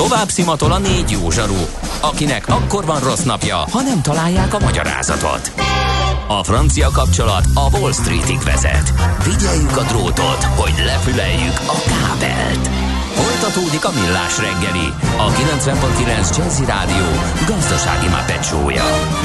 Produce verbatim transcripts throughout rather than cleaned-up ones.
Tovább szimatol a négy jó zsaru, akinek akkor van rossz napja, ha nem találják a magyarázatot. A francia kapcsolat a Wall Streetig vezet. Figyeljük a drótot, hogy lefüleljük a kábelt. Folytatódik a Millás reggeli, a kilencven pont kilenc Jazzy Rádió gazdasági Muppet show-ja.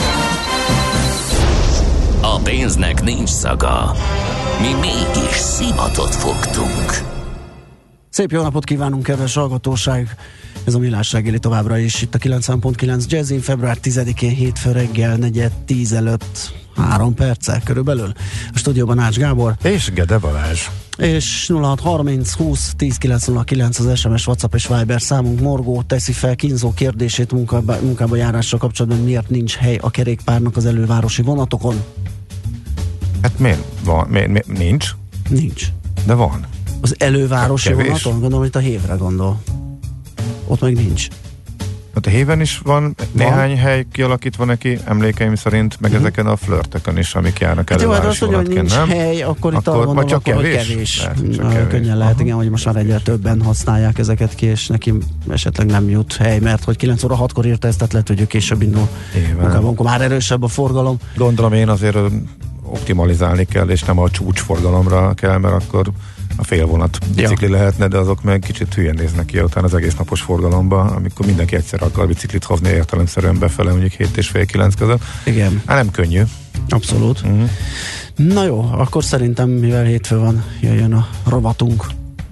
A pénznek nincs szaga. Mi mégis szimatot fogtunk. Szép jó napot kívánunk, kedves hallgatóság! Ez a Millás reggeli továbbra is itt a kilencven pont kilenc Jazzin, február tizedikén hétfő reggel negyed tíz előtt három perccel körülbelül. A stúdióban Ács Gábor és Gede Balázs. És nulla hat harminc húsz tíz kilenc nulla kilenc az es em es, WhatsApp és Viber számunk. Morgó teszi fel kínzó kérdését munkába, munkába járással kapcsolatban, miért nincs hely a kerékpárnak az elővárosi vonatokon? Hát miért van? Miért, miért? Nincs? Nincs. De van. Az elővárosi vonaton? Gondolom, hogy a Hévre gondol. Ott meg nincs. Hát a Héven is van, van néhány hely kialakítva neki, emlékeim szerint, meg uh-huh. ezeken a flörtökön is, amik járnak hát elővárosi jó, hát azt, hogy nincs nem? hely, akkor itt akkor, arra gondolom, csak akkor, kevés? hogy kevés. Lehet, csak kevés. Könnyen lehet, aha. igen, hogy most már egyre többen használják ezeket ki, és neki esetleg nem jut hely, mert hogy kilenc óra hatkor írta ezt, tehát lehet, hogy ő később indul munkában, amikor már erősebb a forgalom. Gondolom én azért optimalizálni kell, és nem a csúcsforgalomra kell, mert akkor a félvonat bicikli ja. lehetne, de azok meg kicsit hülyen néznek ki utána az egész napos forgalomba, amikor mindenki egyszer akar biciklit hozni értelemszerűen befele, mondjuk hét és fél kilenc között. Igen. Hát nem könnyű. Abszolút. Uh-huh. Na jó, akkor szerintem, mivel hétfő van, jöjjön a rovatunk.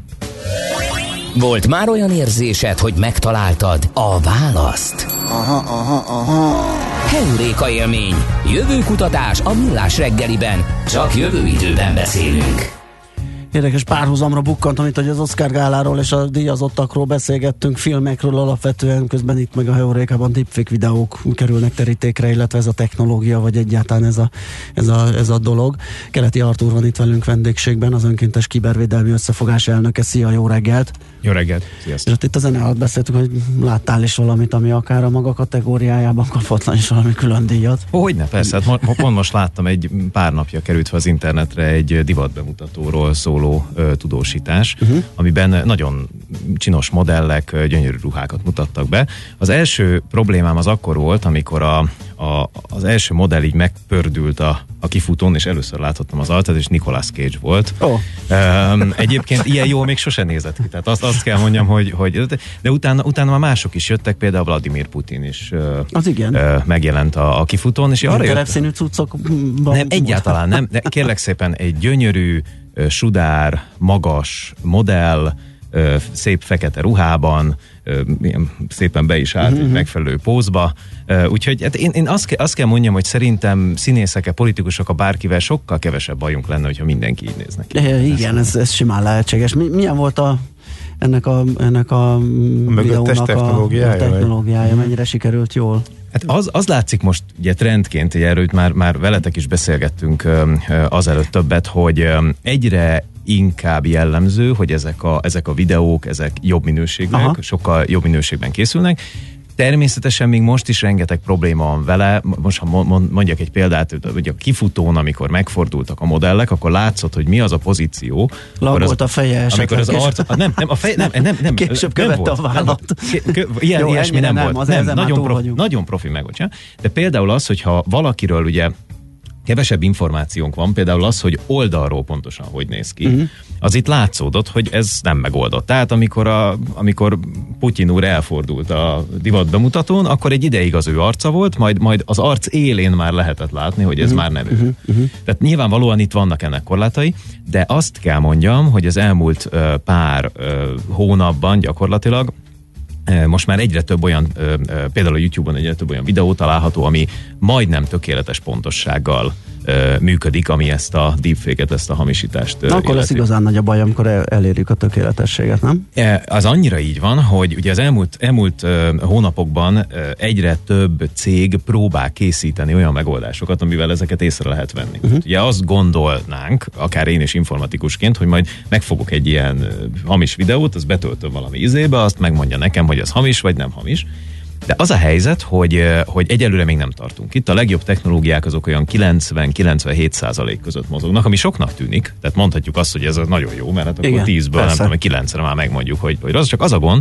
Volt már olyan érzésed, hogy megtaláltad a választ? Aha, aha, aha. Heuréka élmény. Jövőkutatás a Millás reggeliben. Csak jövő időben beszélünk. Érdekes párhuzamra bukkantam itt, hogy az Oscar gáláról és a díjazottakról beszélgettünk, filmekről alapvetően, közben itt meg a Heurékában deepfake videók kerülnek terítékre, illetve ez a technológia, vagy egyáltalán ez a, ez a, ez a dolog. Keleti Artúr van itt velünk vendégségben, az önkéntes kibervédelmi összefogás elnöke. Szia, jó reggelt! Jó reggelt! Sziasztok! És ott itt a zene alatt beszéltük, hogy láttál is valamit, ami akár a maga kategóriájában kaphatlan is valami külön díjat. Hogyne, persze, hát mo- pont most láttam, egy pár napja került fel az internetre egy divatbemutatóról szóló ö, tudósítás, uh-huh. amiben nagyon csinos modellek, gyönyörű ruhákat mutattak be. Az első problémám az akkor volt, amikor a, a, az első modell így megpördült a, a kifutón, és először láthattam az arcát, és Nicolas Cage volt. Oh. Um, egyébként ilyen jól még sose nézett ki. Tehát azt, azt kell mondjam, hogy, hogy de utána, utána már mások is jöttek, például Vladimir Putin is az igen. Uh, megjelent a, a kifutón, és arra jött... Terepszínű cuccokban... Nem, egyáltalán nem, de kérlek szépen egy gyönyörű, uh, sudár, magas modell, uh, szép fekete ruhában, uh, szépen be is állt egy mm-hmm. megfelelő pózba. Uh, úgyhogy hát én, én azt, ke, azt kell mondjam, hogy szerintem színészek, politikusok, a bárkivel sokkal kevesebb bajunk lenne, hogyha mindenki így néznek ki. E, igen, ez, ez simán lehetséges. Mi, milyen volt a ennek a, ennek a, a videónak technológiája, a, a technológiája, mennyire sikerült jól? Hát az, az látszik most ugye trendként, hogy erről már, már veletek is beszélgettünk azelőtt többet, hogy egyre inkább jellemző, hogy ezek a, ezek a videók, ezek jobb minőségűek, aha. sokkal jobb minőségben készülnek. Természetesen még most is rengeteg probléma van vele. Most, ha mondjak egy példát, hogy a kifutón, amikor megfordultak a modellek, akkor látszott, hogy mi az a pozíció. Lagolt a feje esetleg. Amikor az arc, nem, nem, a fej, nem, nem, nem. Később követte a vállat. Ilyen, jó, ilyesmi nem, nem volt. Nem, nagyon, profi, vagyunk. nagyon profi megoldás. De például az, hogyha valakiről ugye kevesebb információnk van, például az, hogy oldalról pontosan hogy néz ki, uh-huh. az itt látszódott, hogy ez nem megoldott. Tehát amikor, a, amikor Putyin úr elfordult a divat bemutatón, akkor egy ideig az ő arca volt, majd, majd az arc élén már lehetett látni, hogy ez uh-huh. már nem ő. Uh-huh. Uh-huh. Tehát nyilvánvalóan itt vannak ennek korlátai, de azt kell mondjam, hogy az elmúlt uh, pár uh, hónapban gyakorlatilag most már egyre több olyan, például a YouTube-on egyre több olyan videó található, ami majdnem tökéletes pontossággal működik, ami ezt a deepfake-et, ezt a hamisítást Na, akkor lesz igazán nagy a baj, amikor elérjük a tökéletességet, nem? Az annyira így van, hogy ugye az elmúlt, elmúlt hónapokban egyre több cég próbál készíteni olyan megoldásokat, amivel ezeket észre lehet venni. Uh-huh. Ugye azt gondolnánk, akár én is informatikusként, hogy majd megfogok egy ilyen hamis videót, azt betöltöm valami izébe, azt megmondja nekem, hogy az hamis vagy nem hamis. De az a helyzet, hogy, hogy egyelőre még nem tartunk. Itt a legjobb technológiák azok olyan kilencven-kilencvenhét százalék között mozognak, ami soknak tűnik. Tehát mondhatjuk azt, hogy ez nagyon jó, mert hát akkor tízből nem tudom, kilencre már megmondjuk, hogy, hogy az csak az a gond,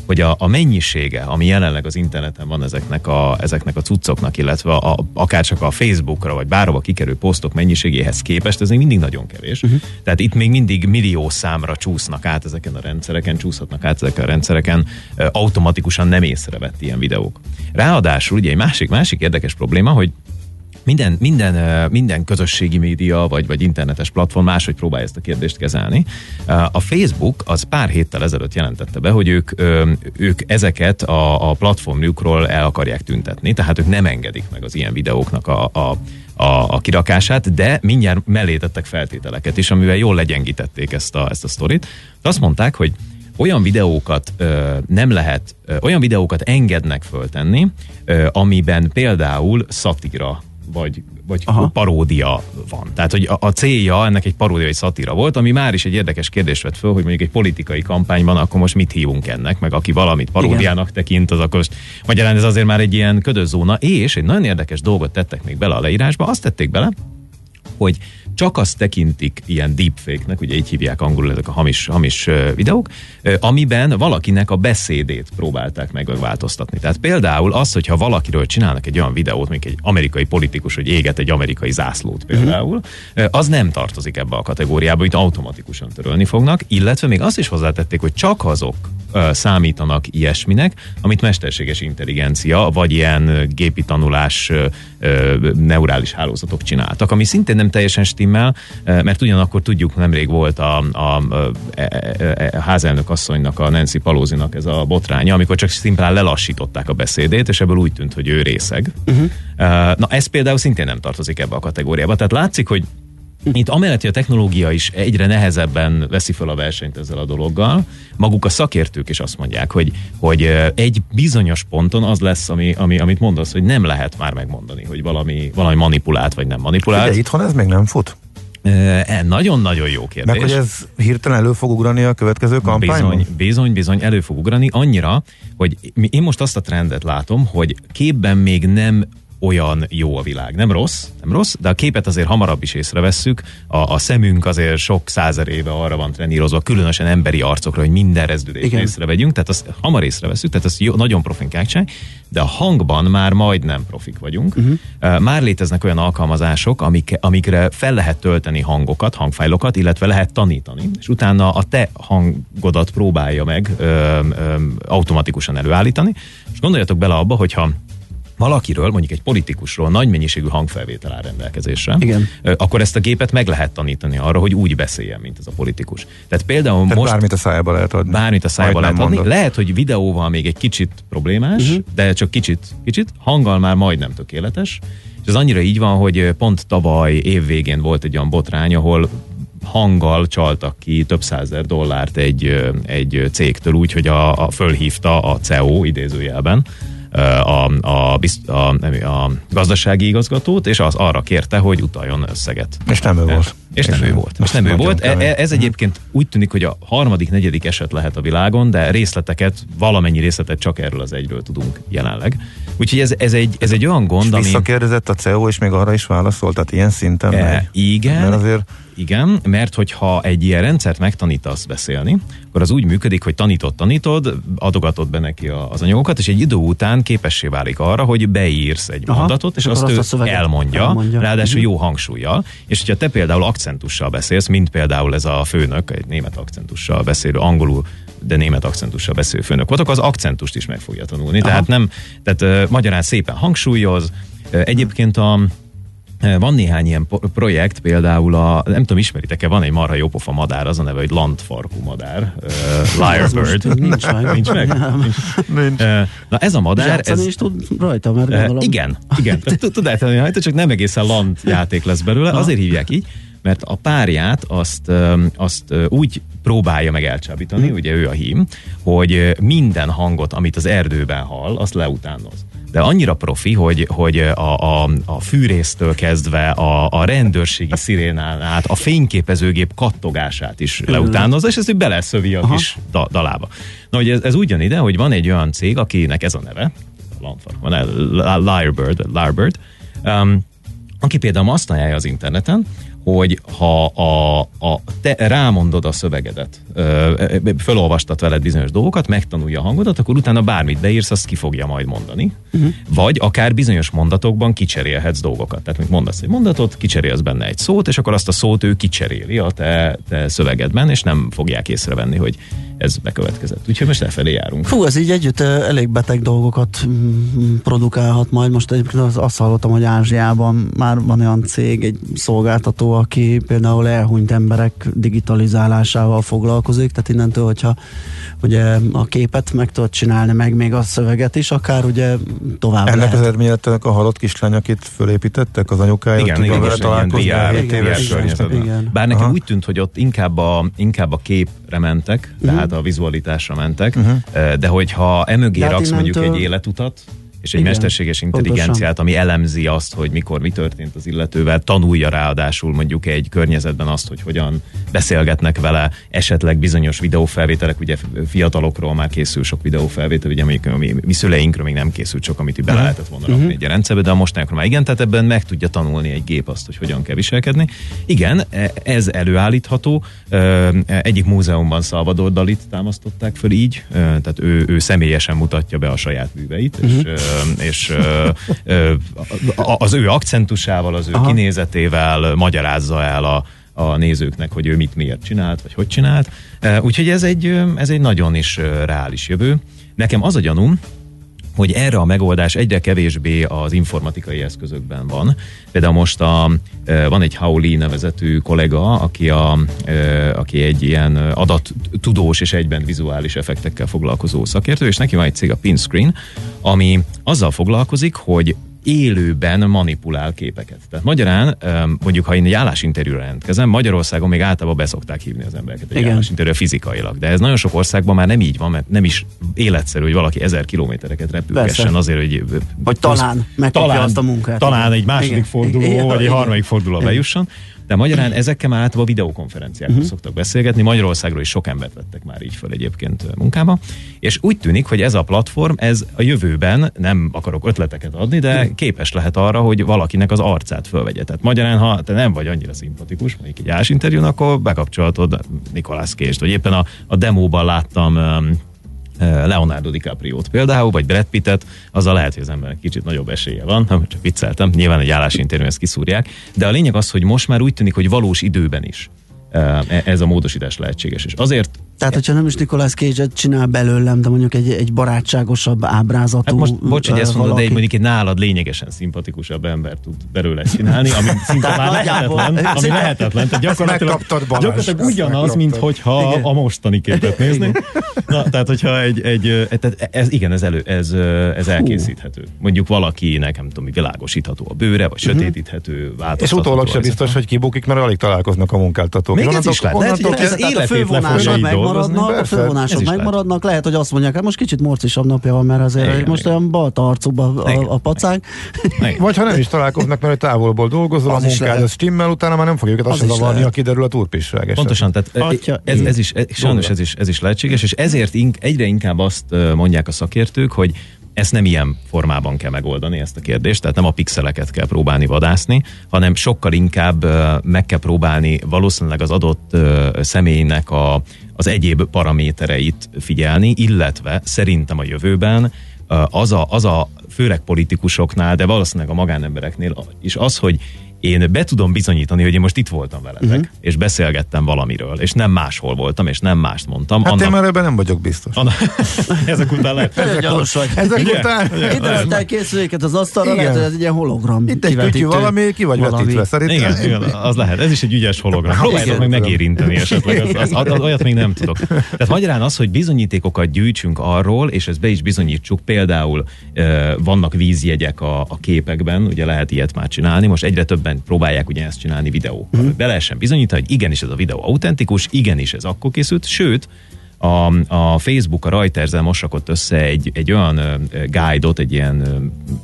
hogy a, a mennyisége, ami jelenleg az interneten van ezeknek a, ezeknek a cuccoknak, illetve a, akár csak a Facebookra, vagy bárhova kikerül posztok mennyiségéhez képest, ez még mindig nagyon kevés. Uh-huh. Tehát itt még mindig millió számra csúsznak át ezeken a rendszereken, csúszhatnak át ezeken a rendszereken automatikusan nem észrevett ilyen videók. Ráadásul ugye egy másik, másik érdekes probléma, hogy Minden, minden, minden közösségi média vagy, vagy internetes platform máshogy próbálja ezt a kérdést kezelni. A Facebook az pár héttel ezelőtt jelentette be, hogy ők, ők ezeket a, a platformjukról el akarják tüntetni, tehát ők nem engedik meg az ilyen videóknak a, a, a, a kirakását, de mindjárt mellé tettek feltételeket is, amivel jól legyengítették ezt a, ezt a sztorit. Azt mondták, hogy olyan videókat ö, nem lehet, ö, olyan videókat engednek föltenni, ö, amiben például szatíra vagy, vagy paródia van. Tehát, hogy a, a célja ennek egy paródia, egy szatíra volt, ami már is egy érdekes kérdés vett föl, hogy mondjuk egy politikai kampányban akkor most mit hívunk ennek, meg aki valamit paródiának igen. tekint, az akkor most magyarán ez azért már egy ilyen ködös zóna, és egy nagyon érdekes dolgot tettek még bele a leírásba, azt tették bele, hogy csak azt tekintik ilyen deepfake-nek, ugye így hívják angolul ezek a hamis, hamis videók, amiben valakinek a beszédét próbálták megváltoztatni. Tehát például az, hogyha valakiről csinálnak egy olyan videót, mint egy amerikai politikus, hogy éget egy amerikai zászlót például, uh-huh. az nem tartozik ebbe a kategóriába, itt automatikusan törölni fognak, illetve még azt is hozzátették, hogy csak azok számítanak ilyesminek, amit mesterséges intelligencia, vagy ilyen gépi tanulás neurális hálózatok csináltak, ami szintén nem teljesen stimmel, mert ugyanakkor tudjuk, nemrég volt a, a, a, a házelnök asszonynak, a Nancy Pelosinak ez a botránya, amikor csak szimplán lelassították a beszédét, és ebből úgy tűnt, hogy ő részeg. Uh-huh. Na ez például szintén nem tartozik ebbe a kategóriába. Tehát látszik, hogy itt amellett, hogy a technológia is egyre nehezebben veszi fel a versenyt ezzel a dologgal, maguk a szakértők is azt mondják, hogy, hogy egy bizonyos ponton az lesz, ami, ami, amit mondasz, hogy nem lehet már megmondani, hogy valami, valami manipulált vagy nem manipulált. De itthon ez még nem fut? E, nagyon-nagyon jó kérdés. Meg hogy ez hirtelen elő fog ugrani a következő kampányban? Bizony, bizony, bizony elő fog ugrani, annyira, hogy én most azt a trendet látom, hogy képben még nem olyan jó a világ. Nem rossz, nem rossz, de a képet azért hamarabb is észrevesszük. A, a szemünk azért sok százer éve arra van trenírozva, különösen emberi arcokra, hogy minden rezdülést észrevegyünk, tehát azt hamar észrevesszük, tehát ezt jó, nagyon profinkák csinálj, de a hangban már majdnem profik vagyunk. Uh-huh. Már léteznek olyan alkalmazások, amik, amikre fel lehet tölteni hangokat, hangfájlokat, illetve lehet tanítani, és utána a te hangodat próbálja meg ö, ö, automatikusan előállítani. És gondoljatok bele abba, hogyha valakiről, mondjuk egy politikusról nagy mennyiségű hangfelvétel áll rendelkezésre, igen. akkor ezt a gépet meg lehet tanítani arra, hogy úgy beszéljen, mint ez a politikus. Tehát például Tehát most... bármit a szájába lehet adni. Bármit a szájába lehet adni. Mondod. Lehet, hogy videóval még egy kicsit problémás, uh-huh. de csak kicsit, kicsit, hanggal már majdnem tökéletes. És ez annyira így van, hogy pont tavaly évvégén volt egy olyan botrány, ahol hanggal csaltak ki több százezer dollárt egy, egy cégtől úgy, hogy a, a fölhívta a cé e o idézőjelben, A, a, a, a gazdasági igazgatót, és az arra kérte, hogy utaljon összeget. És nem ő volt. És nem ő volt. És nem ő volt. Ez egyébként úgy tűnik, hogy a harmadik, negyedik eset lehet a világon, de részleteket, valamennyi részletet csak erről az egyről tudunk jelenleg. Úgyhogy ez, ez, egy, ez egy olyan gond, és ami... visszakérdezett a cé e o, és még arra is válaszolt, tehát ilyen szinten e, megy. Igen, mert azért... igen, mert hogyha egy ilyen rendszert megtanítasz beszélni, akkor az úgy működik, hogy tanítod, tanítod, adogatod be neki az anyagokat, és egy idő után képessé válik arra, hogy beírsz egy Aha, mondatot, és azt, azt ő elmondja, elmondja, ráadásul jó hangsúllyal, és hogyha te például akcentussal beszélsz, mint például ez a főnök, egy német akcentussal beszélő, angolul, de német akcentussal beszélő főnök voltak, az akcentust is meg fogja tanulni. Aha. Tehát nem, tehát uh, magyarán szépen hangsúlyoz. Uh, egyébként a van néhány ilyen projekt, például a, nem tudom, ismeritek-e, van egy marha jópofa madár, az a neve, hogy landfarkú madár, uh, lyrebird. Nincs meg. Nincs meg? Nincs. Nincs. Uh, na ez a madár... Játszani ez, is tud rajta, mert gondolom. Uh, igen, igen. Tud eltenni rajta, csak nem egészen land játék lesz belőle. Azért hívják így, mert a párját azt, azt úgy próbálja meg elcsábítani, hmm. ugye ő a hím, hogy minden hangot, amit az erdőben hall, azt leutánoz. De annyira profi, hogy, hogy a, a, a fűrésztől kezdve a, a rendőrségi szirénán át a fényképezőgép kattogását is leutánozza, és ezt ő beleszövi a Aha. kis da, dalába. Na, hogy ez, ez úgy jön ide, hogy van egy olyan cég, akinek ez a neve, lyrebird, lyrebird, um, aki például azt ajánlja az interneten, hogy ha a, a te rámondod a szövegedet, felolvastat veled bizonyos dolgokat, megtanulja a hangodat, akkor utána bármit beírsz, azt ki fogja majd mondani. Uh-huh. Vagy akár bizonyos mondatokban kicserélhetsz dolgokat. Tehát még mondasz egy mondatot, kicserélsz benne egy szót, és akkor azt a szót ő kicseréli a te, te szövegedben, és nem fogják észrevenni, hogy ez bekövetkezett. Úgyhogy most lefelé járunk. Fú, ez így együtt elég beteg dolgokat produkálhat majd. Most egyébként azt hallottam, hogy Ázsiában már van olyan cég, egy szolgáltató, aki például elhunyt emberek digitalizálásával foglalkozik, tehát innentől, hogyha ugye a képet meg tudod csinálni, meg még a szöveget is, akár ugye tovább ennek lehet. az eredményettenek a halott kislány, akit fölépítettek az anyukája, igen, hogy igen, vele találkozni. igen, igen, igen, igen, igen. Bár nekem Aha. úgy tűnt, hogy ott inkább a, inkább a képre mentek, uh-huh. tehát a vizualitásra mentek, uh-huh. de hogyha emögé de raksz innentől... mondjuk egy életutat, és egy igen, mesterséges intelligenciát, pontosan. Ami elemzi azt, hogy mikor mi történt az illetővel, tanulja ráadásul mondjuk egy környezetben azt, hogy hogyan beszélgetnek vele, esetleg bizonyos videófelvételek, ugye fiatalokról már készül sok videófelvétel, ugye mondjuk mi, mi szüleinkről még nem készült sok, amit bele uh-huh. lehetett volna rakni uh-huh. egy rendszerbe, de a mostanában már igen, tehát ebben meg tudja tanulni egy gép azt, hogy hogyan kell viselkedni. Igen, ez előállítható. Egyik múzeumban Salvador Dalit támasztották föl így, tehát ő, ő személyesen mutatja be a saját műveit, uh-huh. és és ö, ö, az ő akcentusával, az ő Aha. kinézetével magyarázza el a, a nézőknek, hogy ő mit miért csinált, vagy hogy csinált. Úgyhogy ez egy, ez egy nagyon is reális jövő. Nekem az a gyanúm, hogy erre a megoldás egyre kevésbé az informatikai eszközökben van. Például most a, van egy Hao Li nevezetű kollega, aki, a, aki egy ilyen adattudós és egyben vizuális effektekkel foglalkozó szakértő, és neki van egy cég, a Pinscreen, ami azzal foglalkozik, hogy élőben manipulál képeket. Tehát magyarán, mondjuk, ha én egy állásinterjúra jelentkezem, Magyarországon még általában beszokták hívni az embereket egy állásinterjúra fizikailag, de ez nagyon sok országban már nem így van, mert nem is életszerű, hogy valaki ezer kilométereket repülgessen azért, hogy... Vagy talán megkapja azt a munkát. Talán egy második igen. forduló, igen. vagy egy harmadik forduló bejusson. De magyarán ezekkel már általában videokonferenciákon uh-huh. szoktak beszélgetni. Magyarországról is sok embert vettek már így föl egyébként munkába. És úgy tűnik, hogy ez a platform, ez a jövőben, nem akarok ötleteket adni, de uh-huh. képes lehet arra, hogy valakinek az arcát fölvegye. Tehát magyarán, ha te nem vagy annyira szimpatikus, mondjuk egy állásinterjún, akkor bekapcsolhatod Nicolas Cage-t. Vagy éppen a, a demóban láttam um, Leonardo DiCaprio-t például, vagy Brad Pittet, azzal lehet, hogy az embernek kicsit nagyobb esélye van, csak vicceltem, nyilván egy állásinterjún ezt kiszúrják, de a lényeg az, hogy most már úgy tűnik, hogy valós időben is ez a módosítás lehetséges, és azért... Tehát, hogyha nem is Nicolas Cage-et csinál belőlem, de mondjuk egy, egy barátságosabb ábrázatú... Hát most, bocs, hogy ezt mondod, de egy, mondjuk egy nálad lényegesen szimpatikusabb ember tud belőle csinálni, ami szinte már lehetetlen, ami lehetetlen. Tehát gyakorlatilag, gyakorlatilag ugyanaz, mint hogyha igen. a mostani képet néznénk. Na, tehát, hogyha egy... egy tehát ez, igen, ez, elő, ez, ez elkészíthető. Mondjuk valakinek, nem tudom, világosítható a bőre, vagy sötétíthető, változtatható. És utólag se biztos, hogy kibukik, mert alig találkoznak a munkáltatók. Még ez is lehet, lehet, hogy az életét le fogja megmaradnak, a fővonások megmaradnak, lehet. lehet, hogy azt mondják, hát most kicsit morcisabb napja van, mert azért igen, most igen. olyan balta arcúbb a, a, a pacák. Vagy ha nem is találkoznak, mert távolból dolgozol, az a munkád, az stimmel, utána már nem fogja őket azt az zavarni, ha kiderül a turpisság. Pontosan, tehát Atya, ez, ez is, ez, sajnos ez is, ez is lehetséges, és ezért ink, egyre inkább azt mondják a szakértők, hogy ezt nem ilyen formában kell megoldani, ezt a kérdést, tehát nem a pixeleket kell próbálni vadászni, hanem sokkal inkább meg kell próbálni valószínűleg az adott személynek a, az egyéb paramétereit figyelni, illetve szerintem a jövőben az a, az a főleg politikusoknál, de valószínűleg a magánembereknél is az, hogy én be tudom bizonyítani, hogy én most itt voltam veletek, uh-huh. és beszélgettem valamiről, és nem máshol voltam, és nem mást mondtam. Hát annak... én már ebben nem vagyok biztos. Annak... Ezek után lehet. Ezek, Ezek után. Itt előtt készüléket az asztalra, igen. lehet, hogy ez egy ilyen hologram. Itt egy kütyű valami, ki vagy valami. vetítve szerintem. Igen, igen, az lehet. Ez is egy ügyes hologram. Próbáljátok meg megérinteni esetleg. Az, az, az, az, olyat még nem tudok. Tehát magyarán az, hogy bizonyítékokat gyűjtsünk arról, és ezt be is bizonyítsuk, például e, vannak vízjegyek a, a képekben, ugye lehet ilyet már csinálni, most egyre többen próbálják ugye ezt csinálni videókkal. Mm. Be lehessen bizonyítani, hogy igenis ez a videó autentikus, igenis ez akkor készült, sőt, a, a Facebook a Reuters-el most rakott össze egy, egy olyan uh, guide-ot, egy ilyen uh,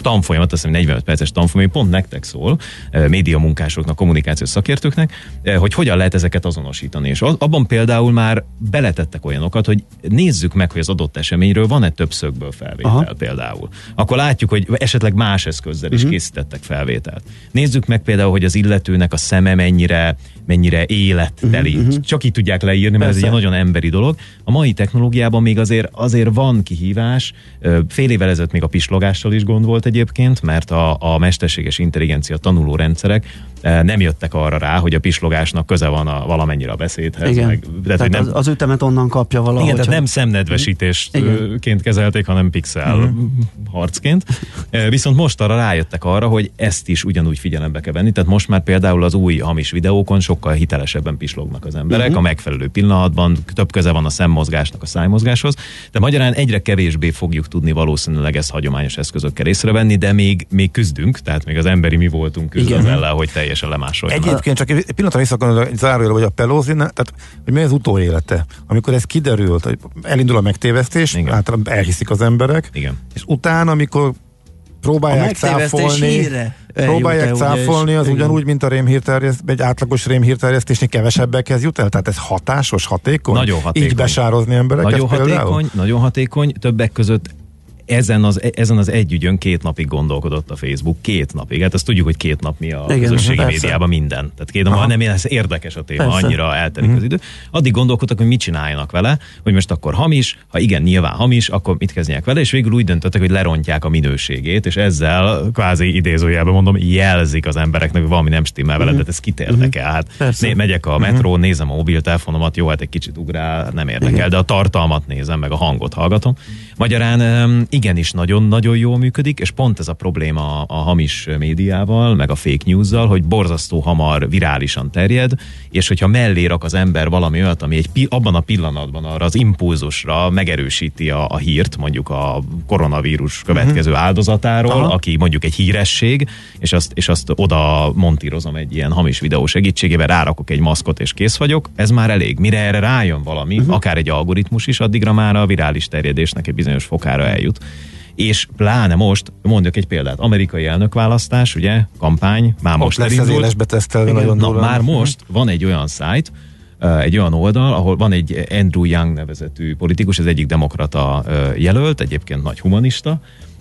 tanfolyamat, azt hiszem negyvenöt perces tanfolyam, pont nektek szól, média munkásoknak, kommunikációs szakértőknek, hogy hogyan lehet ezeket azonosítani. És abban például már beletettek olyanokat, hogy nézzük meg, hogy az adott eseményről van-e több szögből felvétel. Aha. Például. Akkor látjuk, hogy esetleg más eszközzel is uh-huh. készítettek felvételt. Nézzük meg például, hogy az illetőnek a szeme mennyire, mennyire életteli. Uh-huh. Csak így tudják leírni, mert Persze. ez egy nagyon emberi dolog. A mai technológiában még azért, azért van kihívás. Fél évvel ezelőtt még a pislogással is gond volt egyébként, mert a, a mesterséges intelligencia tanuló rendszerek nem jöttek arra rá, hogy a pislogásnak köze van a, valamennyire a beszédhez. Igen. Meg, tehát, tehát nem, az, az ütemet onnan kapja valahogy. Igen, tehát nem szemnedvesítésként kezelték, hanem pixel uh-huh. harcként. Viszont most arra rájöttek arra, hogy ezt is ugyanúgy figyelembe kell venni. Tehát most már például az új hamis videókon sokkal hitelesebben pislognak az emberek, uh-huh. a megfelelő pillanatban, több köze van a szemmozgásnak a szájmozgáshoz. De magyarán egyre kevésbé fogjuk tudni valószínűleg ezt hagyományos eszközökkel észrevenni, de még, még küzdünk, tehát még az emberi mi voltunk küzdve az ellen, hogy teljesen lemásoljuk. Egyébként csak egy pillanatra visszakon, hogy zárójel, hogy a Pelosi, tehát hogy mi az utólélete. Amikor ez kiderült, hogy elindul a megtévesztés, általában elhiszik az emberek, igen. és utána, amikor próbálják cáfolni, próbálják cáfolni, az ugyanúgy, mint a rémhírterjeszt, egy átlagos rémhírterjesztésni kevesebbekhez jut el? Tehát ez hatásos, hatékony? Nagyon hatékony. Így besározni embereket nagyon például? hatékony, nagyon hatékony, többek között ezen az, ezen az egy ügyön két napig gondolkodott a Facebook, két napig. Hát azt tudjuk, hogy két nap mi a Igen, közösségi persze. médiában minden. Tehát két nap, nem ez érdekes a téma, persze. annyira eltelik uh-huh. az idő. Addig gondolkodtak, hogy mit csináljanak vele, hogy most akkor hamis, ha igen, nyilván hamis, akkor mit kezdjenek vele, és végül úgy döntöttek, hogy lerontják a minőségét, és ezzel kvázi idézőjelben mondom, jelzik az embereknek, hogy valami nem stimmel vele, uh-huh. de ez kit érdekel. Hát né, megyek a metrón, uh-huh. nézem a mobiltelefonomat, jó, hát egy kicsit ugrál, nem érdekel, uh-huh. de a tartalmat nézem, meg a hangot hallgatom. Magyarán igenis nagyon-nagyon jól működik, és pont ez a probléma a hamis médiával, meg a fake news-zal, hogy borzasztó hamar virálisan terjed, és hogyha mellé rak az ember valami olyat, ami egy, abban a pillanatban arra az impulzusra megerősíti a, a hírt, mondjuk a koronavírus következő uh-huh. áldozatáról, Aha. aki mondjuk egy híresség, és azt, és azt oda montírozom egy ilyen hamis videó segítségével, rárakok egy maszkot, és kész vagyok, ez már elég. Mire erre rájön valami, uh-huh. akár egy algoritmus is, addigra már a virális terjedésnek egy bizonyos fokára eljut. És pláne most, mondjuk egy példát, amerikai elnökválasztás, ugye, kampány, már most lesz elindult. Az élesbe tesztelve nagyon Na, már most van egy olyan szájt, egy olyan oldal, ahol van egy Andrew Yang nevezetű politikus, az egyik demokrata jelölt, egyébként nagy humanista,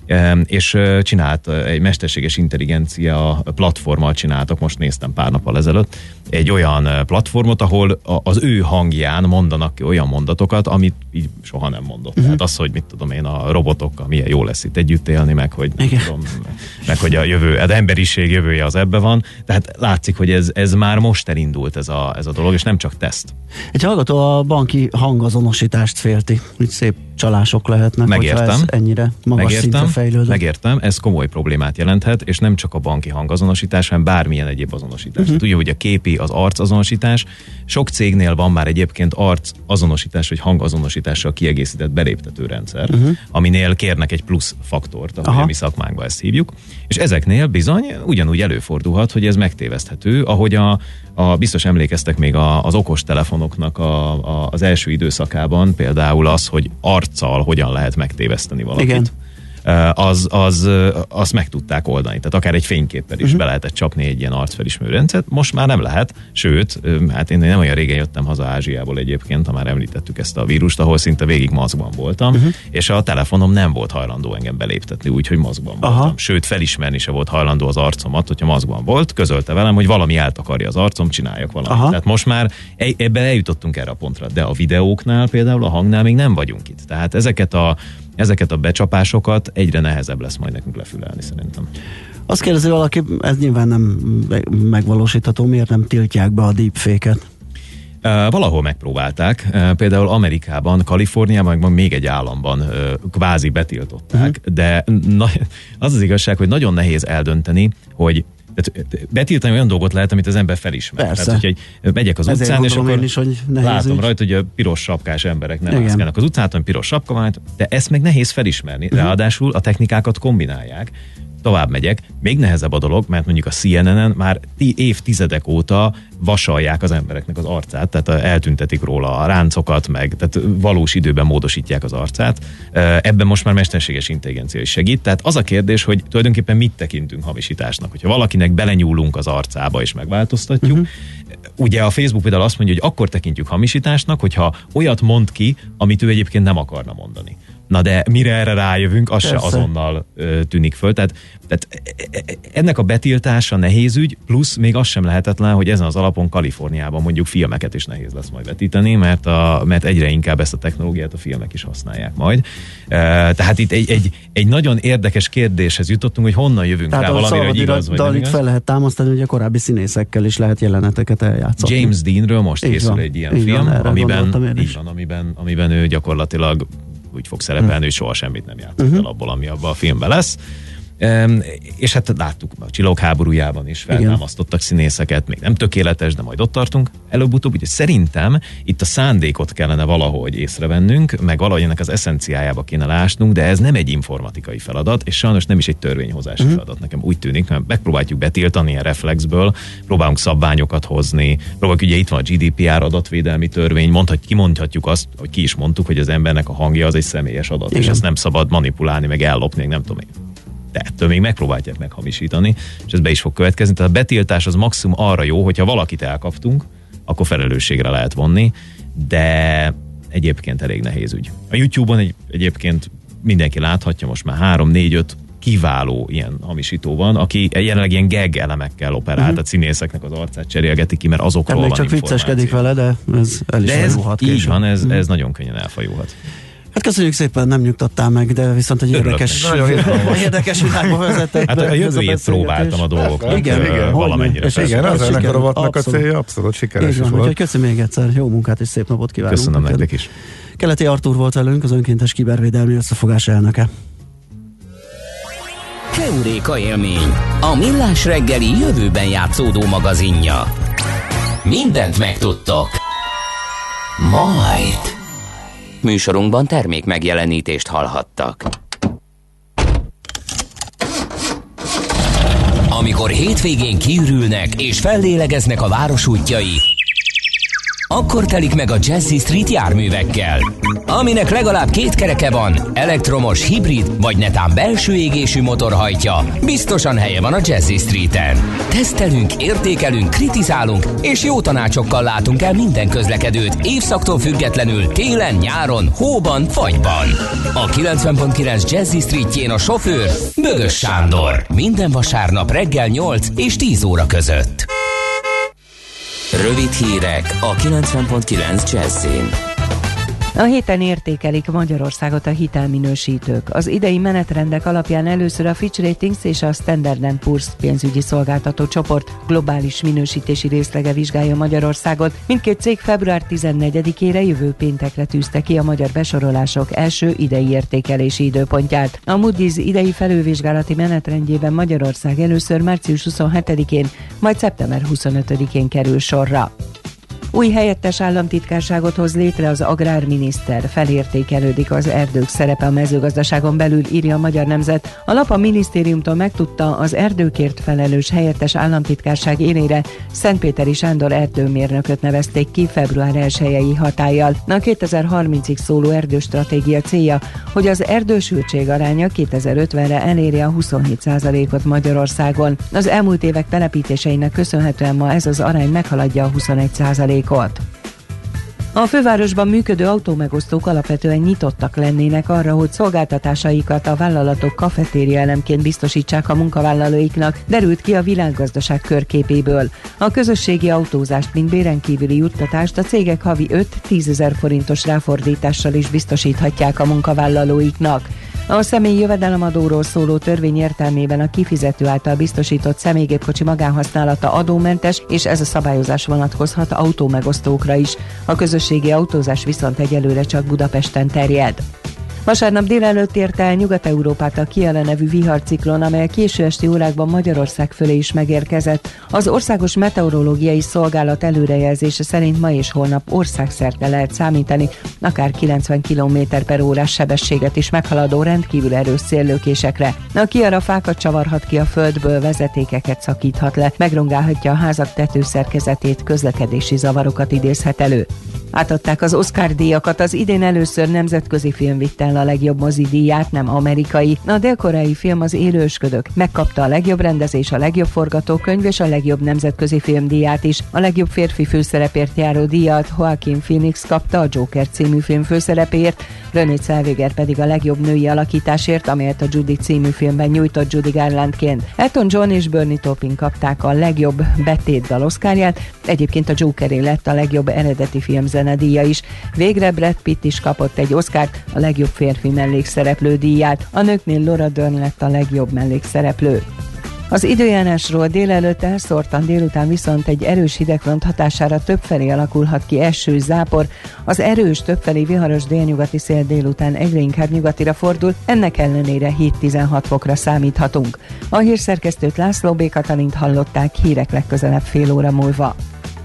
és csinált egy mesterséges intelligencia platformmal csináltak, most néztem pár nappal ezelőtt, egy olyan platformot, ahol az ő hangján mondanak ki olyan mondatokat, amit így soha nem mondott. Uh-huh. Tehát az, hogy mit tudom én, a robotokkal milyen jó lesz itt együtt élni, meg hogy, tudom, meg hogy a jövő, az emberiség jövője az ebbe van. Tehát látszik, hogy ez, ez már most elindult ez a, ez a dolog, és nem csak teszt. Egy hallgató a banki hangazonosítást félti, hogy szép csalások lehetnek, Megértem. Ez ennyire magas Megértem. szintre fejlődött. Megértem, ez komoly problémát jelenthet, és nem csak a banki hangazonosítás, hanem bármilyen egyéb azonosítás. Uh-huh. Ugye, hogy a képi, az arcazonosítás. Sok cégnél van már egyébként arcazonosítás vagy hangazonosítással kiegészített beléptető rendszer, uh-huh. aminél kérnek egy plusz faktort, ahogy a mi szakmánkban ezt hívjuk. És ezeknél bizony ugyanúgy előfordulhat, hogy ez megtéveszthető, ahogy a, a biztos emlékeztek még a, az okostelefonoknak a, a, az első időszakában például az, hogy arccal hogyan lehet megtéveszteni valakit. Igen. Az, az, azt meg tudták oldani. Tehát akár egy fényképpel is uh-huh. be lehetett csapni egy ilyen arcfelismerő rendszert. Most már nem lehet, sőt, hát én nem olyan régen jöttem haza Ázsiából egyébként, ha már említettük ezt a vírust, ahol szinte végig maszkban voltam, uh-huh. és a telefonom nem volt hajlandó engem beléptetni, úgyhogy maszkban Aha. voltam. Sőt, felismerni se volt hajlandó az arcomat, hogyha maszkban volt, közölte velem, hogy valami eltakarja az arcom, csináljak valamit. Aha. Tehát most már ebben eljutottunk erre a pontra, de a videóknál, például a hangnál még nem vagyunk itt. Tehát ezeket a Ezeket a becsapásokat egyre nehezebb lesz majd nekünk lefülelni, szerintem. Azt kérdezi valaki, ez nyilván nem megvalósítható, miért nem tiltják be a deepfake-et? Uh, valahol megpróbálták, uh, például Amerikában, Kaliforniában, meg még egy államban uh, kvázi betiltották, uh-huh. de na, az az igazság, hogy nagyon nehéz eldönteni, hogy tehát betiltani olyan dolgot lehet, amit az ember felismer. Persze. Tehát, hogy megyek az Ezért utcán, és akkor is, hogy látom ügy. rajta, hogy a piros sapkás emberek nem mászkálnak az utcán, hanem piros sapka van, de ezt meg nehéz felismerni. Uh-huh. Ráadásul a technikákat kombinálják. tovább megyek, még nehezebb a dolog, mert mondjuk a C N N-en már évtizedek óta vasalják az embereknek az arcát, tehát eltüntetik róla a ráncokat, meg tehát valós időben módosítják az arcát. Ebben most már mesterséges intelligencia is segít. Tehát az a kérdés, hogy tulajdonképpen mit tekintünk hamisításnak. Hogyha valakinek belenyúlunk az arcába és megváltoztatjuk, uh-huh. Ugye a Facebook például azt mondja, hogy akkor tekintjük hamisításnak, hogyha olyat mond ki, amit ő egyébként nem akarna mondani. Na de mire erre rájövünk, az Persze. se azonnal ö, tűnik föl. Tehát, tehát ennek a betiltása nehéz ügy, plusz még az sem lehetetlen, hogy ezen az alapon Kaliforniában mondjuk filmeket is nehéz lesz majd vetíteni, mert, a, mert egyre inkább ezt a technológiát a filmek is használják majd. E, tehát itt egy, egy, egy nagyon érdekes kérdéshez jutottunk, hogy honnan jövünk tehát rá valamire, hogy igaz vagy nem igaz. Fel lehet támasztani, hogy a korábbi színészekkel is lehet jeleneteket eljátszani. James Deanről most így készül van. Egy ilyen így film, van, amiben, így van, amiben, amiben ő gyakorlatilag úgy fog szerepelni, hmm. hogy soha semmit nem játszott uh-huh. el abból, ami abban a filmben lesz. Um, és hát láttuk, a Csillagok háborújában is feltámasztottak színészeket, még nem tökéletes, de majd ott tartunk. Előbb-utóbb, ugye szerintem itt a szándékot kellene valahogy észrevennünk, meg valahogy ennek az eszenciájába kéne lásnunk, de ez nem egy informatikai feladat, és sajnos nem is egy törvényhozási uh-huh. feladat. Nekem úgy tűnik, mert megpróbáljuk betiltani ilyen reflexből, próbálunk szabványokat hozni, próbáljuk, ugye itt van a G D P R adatvédelmi törvény, mondhat, kimondhatjuk azt, hogy ki is mondtuk, hogy az embernek a hangja az egy személyes adat, igen. és ezt nem szabad manipulálni, meg ellopni, nem tudom én. De ettől még megpróbálják meghamisítani, és ez be is fog következni. Tehát a betiltás az maximum arra jó, hogyha valakit elkaptunk, akkor felelősségre lehet vonni, de egyébként elég nehéz ügy. A YouTube-on egy, egyébként mindenki láthatja, most már három, négy, öt kiváló ilyen hamisító van, aki jelenleg ilyen gag elemekkel operál, uh-huh. a színészeknek az arcát cserélgeti ki, mert azokról van információ. Még csak vicceskedik vele, de ez el is de ez fajulhat így van, ez, ez nagyon könnyen elfajulhat. Hát köszönjük szépen, nem nyugtattál meg, de viszont egy Örülök érdekes, érdekes világba vezetett. Hát a jövőjét próbáltam a dolgoknak igen, igen, valamennyire. És igen, az ennek a rovatnak a célja abszolút sikeres is volt. Köszönöm még egyszer, jó munkát és szép napot kívánunk. Köszönöm nektek is. Keleti Artúr volt velünk, az önkéntes kibervédelmi összefogás elnöke. Heuréka élmény, a millás reggeli jövőben játszódó magazinja. Mindent megtudtok. Majd. Műsorunkban termék megjelenítést hallhattak. Amikor hétvégén kiürülnek és fellélegeznek a város útjai, akkor telik meg a Jazzy Street járművekkel. Aminek legalább két kereke van, elektromos, hibrid vagy netán belső égésű motor hajtja, biztosan helye van a Jazzy Streeten. Tesztelünk, értékelünk, kritizálunk és jó tanácsokkal látunk el minden közlekedőt évszaktól függetlenül télen, nyáron, hóban, fagyban. A kilencven pont kilenc Jazzy Streetjén a sofőr Bögös Sándor. Minden vasárnap reggel nyolc és tíz óra között. Rövid hírek a kilencven pont kilenc Jazzyn. A héten értékelik Magyarországot a hitelminősítők. Az idei menetrendek alapján először a Fitch Ratings és a Standard and Poor's pénzügyi szolgáltató csoport globális minősítési részlege vizsgálja Magyarországot. Mindkét cég február tizennegyedikére jövő péntekre tűzte ki a magyar besorolások első idei értékelési időpontját. A Moody's idei felülvizsgálati menetrendjében Magyarország először március huszonhetedikén, majd szeptember huszonötödikén kerül sorra. Új helyettes államtitkárságot hoz létre az agrárminiszter, felértékelődik az erdők szerepe a mezőgazdaságon belül, írja a Magyar Nemzet. A lap a minisztériumtól megtudta, az erdőkért felelős helyettes államtitkárság élére Szentpéteri Sándor erdőmérnököt nevezték ki február elsejei hatállyal. A kétezer-harmincig szóló erdőstratégia célja, hogy az erdősültség aránya kétezer-ötvenre elérje a huszonhét százalékot Magyarországon. Az elmúlt évek telepítéseinek köszönhetően ma ez az arány meghaladja a huszonegy százalékot. A fővárosban működő autómegosztók alapvetően nyitottak lennének arra, hogy szolgáltatásaikat a vállalatok kafetéria elemként biztosítsák a munkavállalóiknak, derült ki a világgazdaság körképéből. A közösségi autózást, mint béren kívüli juttatást a cégek havi öt-tízezer forintos ráfordítással is biztosíthatják a munkavállalóiknak. A személyi jövedelemadóról szóló törvény értelmében a kifizető által biztosított személygépkocsi magánhasználata adómentes, és ez a szabályozás vonatkozhat autómegosztókra is. A közösségi autózás viszont egyelőre csak Budapesten terjed. Vasárnap délelőtt ért el Nyugat-Európát a Kiara nevű viharciklon, amely a késő esti órákban Magyarország fölé is megérkezett. Az Országos Meteorológiai Szolgálat előrejelzése szerint ma és holnap országszerte lehet számítani, akár kilencven kilométer per órás sebességet is meghaladó rendkívül erős széllökésekre. A Kiara fákat csavarhat ki a földből, vezetékeket szakíthat le, megrongálhatja a házak tetőszerkezetét, közlekedési zavarokat idézhet elő. Átadták az Oscar-díjakat, az idén először nemzetközi film vitte el a legjobb mozidíját, nem amerikai. A dél-koreai film Az élősködök megkapta a legjobb rendezés, a legjobb forgatókönyv és a legjobb nemzetközi filmdíját is. A legjobb férfi főszerepért járó díjat Joaquin Phoenix kapta a Joker című film főszerepéért, Renée Zellweger pedig a legjobb női alakításért, amelyet a Judy című filmben nyújtott Judy Garlandként. Elton John és Bernie Taupin kapták a legjobb betétdal Oscarját, egyébként a Jokeré lett a legjobb eredeti filmzenedíja is. Végre Brad Pitt is kapott egy Oscart, a legjobb férfi mellékszereplő díját. A nőknél Laura Dern lett a legjobb mellékszereplő. Az időjárásról: délelőtt elszórtan, délután viszont egy erős hidegfront hatására többfelé alakulhat ki eső, zápor. Az erős, többfelé viharos délnyugati szél délután egyre inkább nyugatira fordul, ennek ellenére hét-tizenhat fokra számíthatunk. A hírszerkesztőt, László B. Katalint hallották, hírek legközelebb fél óra múlva.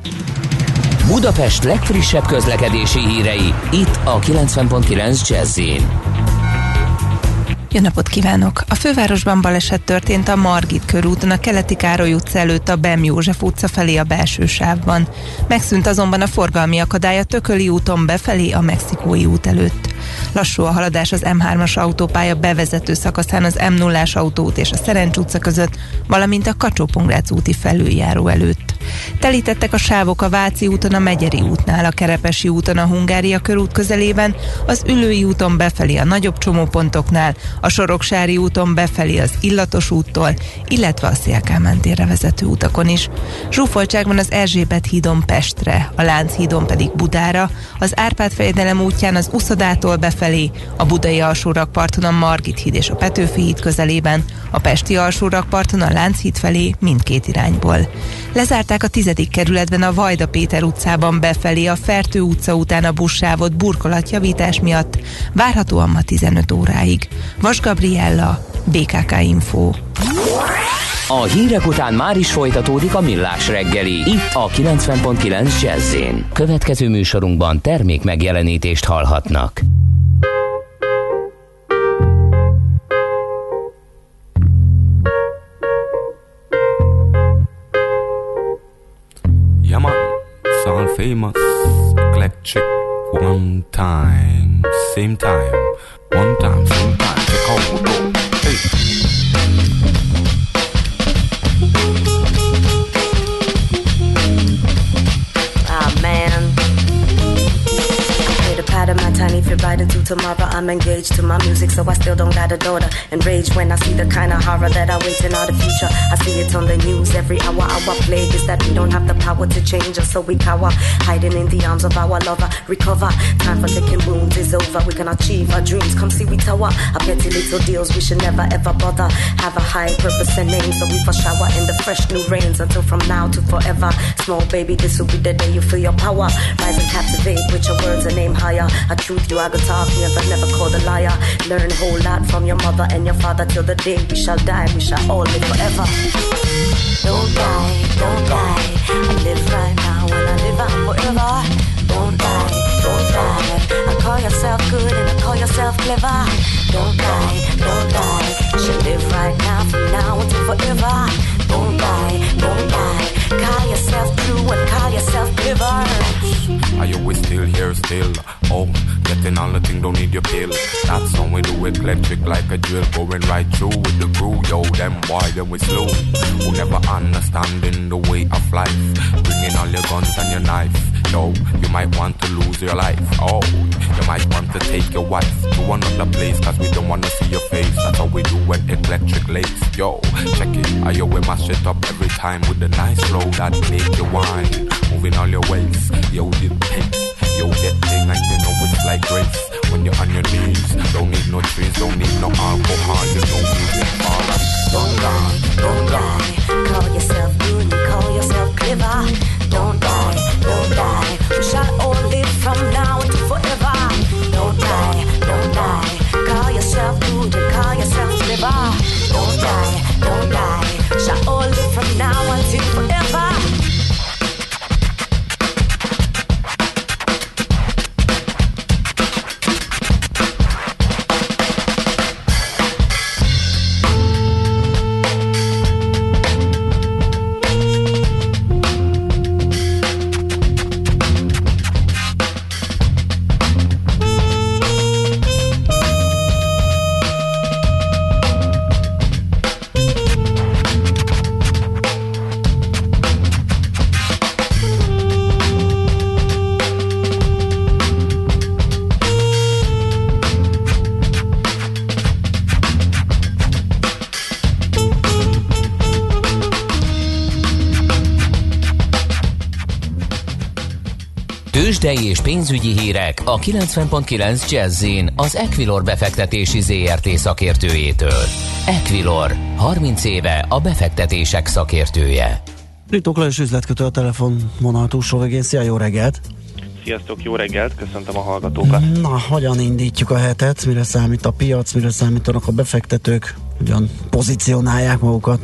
Budapest legfrissebb közlekedési hírei, itt a kilencven pont kilenc Jazz-in. Jó napot kívánok! A fővárosban baleset történt a Margit körúton, a Keleti Károly utca előtt a Bem József utca felé a belső sávban. Megszűnt azonban a forgalmi akadály a Tököli úton befelé a Mexikói út előtt. Lassú a haladás az M hármas autópálya bevezető szakaszán az M nullás autóút és a Szerencs utca között, valamint a Kacsó-Pongrác úti felüljáró előtt. Telítettek a sávok a Váci úton, a Megyeri útnál, a Kerepesi úton, a Hungária körút közelében, az Üllői úton befelé a nagyobb csomópontoknál, a Soroksári úton befelé az Illatos úttól, illetve a Széll-Kálmán térre vezető utakon is. Zsúfoltság van az Erzsébet hídon Pestre, a Lánchídon pedig Budára, az Árpád-fejedelem útján az Uszodától befelé, a budai alsórakparton a Margit híd és a Petőfi híd közelében, a pesti alsórakparton a Lánchíd felé mindkét irányból. Lezárták a tizedik kerületben a Vajda Péter utcában befelé a Fertő utca után a buszsávot burkolatjavítás miatt, várhatóan ma tizenöt óráig. Vas Gabriella, bé ká ká Info. A hírek után már is folytatódik a Millás reggeli, itt a kilencven pont kilenc Jazz-in. Következő műsorunkban termék megjelenítést hallhatnak. Yeah man, sound famous, eclectic, one time, same time, one time, same time, check out we go, hey. Of my tiny fit right into tomorrow. I'm engaged to my music, so I still don't got a daughter. Enraged when I see the kind of horror that I wait in our future. I see it on the news every hour. Our plague is that we don't have the power to change us, so we cower, hiding in the arms of our lover. Recover, time for licking wounds is over. We can achieve our dreams. Come see we tower. Our petty little deals we should never ever bother. Have a high purpose and aim, so we for shower in the fresh new rains until from now to forever. Small baby, this will be the day you feel your power. Rise and captivate with your words and aim higher. A truth you I could talk, never, never called a liar. Learn a whole lot from your mother and your father till the day we shall die. We shall all live forever. Don't die, don't die. I live right now and I live on forever. Don't die, don't die. I call yourself good and I call yourself clever. Don't die, don't die. You should live right now from now until forever. Don't die, don't die. Call yourself true and call yourself clever. Are you we still here still? Oh, getting all the thing, don't need your pill. That's how we do it, electric like a drill. Going right through with the crew, yo, them boy, then we slow. Who never understanding the way of life. Bringing all your guns and your knife. Yo, you might want to lose your life. Oh, you might want to take your wife to another place, cause we don't want to see your face. That's how we do when electric lace. Yo, check it, I yo, we mash it up every time with a nice flow that make you whine. Moving all your ways, yo, the pace. Yo, that thing and you know it's like grace. When you're on your knees, don't need no trees, don't need no alcohol, you know music, alright. Don't die, don't die. Call yourself good and call yourself clever. Don't die, don't die. We shall all live from now to forever. Don't die, don't die. Tőzsdei és pénzügyi hírek a kilencven pont kilenc Jazz-in az Equilor befektetési zé er té szakértőjétől. Equilor, harminc éve a befektetések szakértője. Ritók Lajos üzletkötő a telefonvonal túlsó végén. Szia, jó reggelt! Sziasztok, jó reggelt, köszöntöm a hallgatókat! Na, hogyan indítjuk a hetet? Mire számít a piac, mire számítanak a befektetők? Hogyan pozícionálják magukat?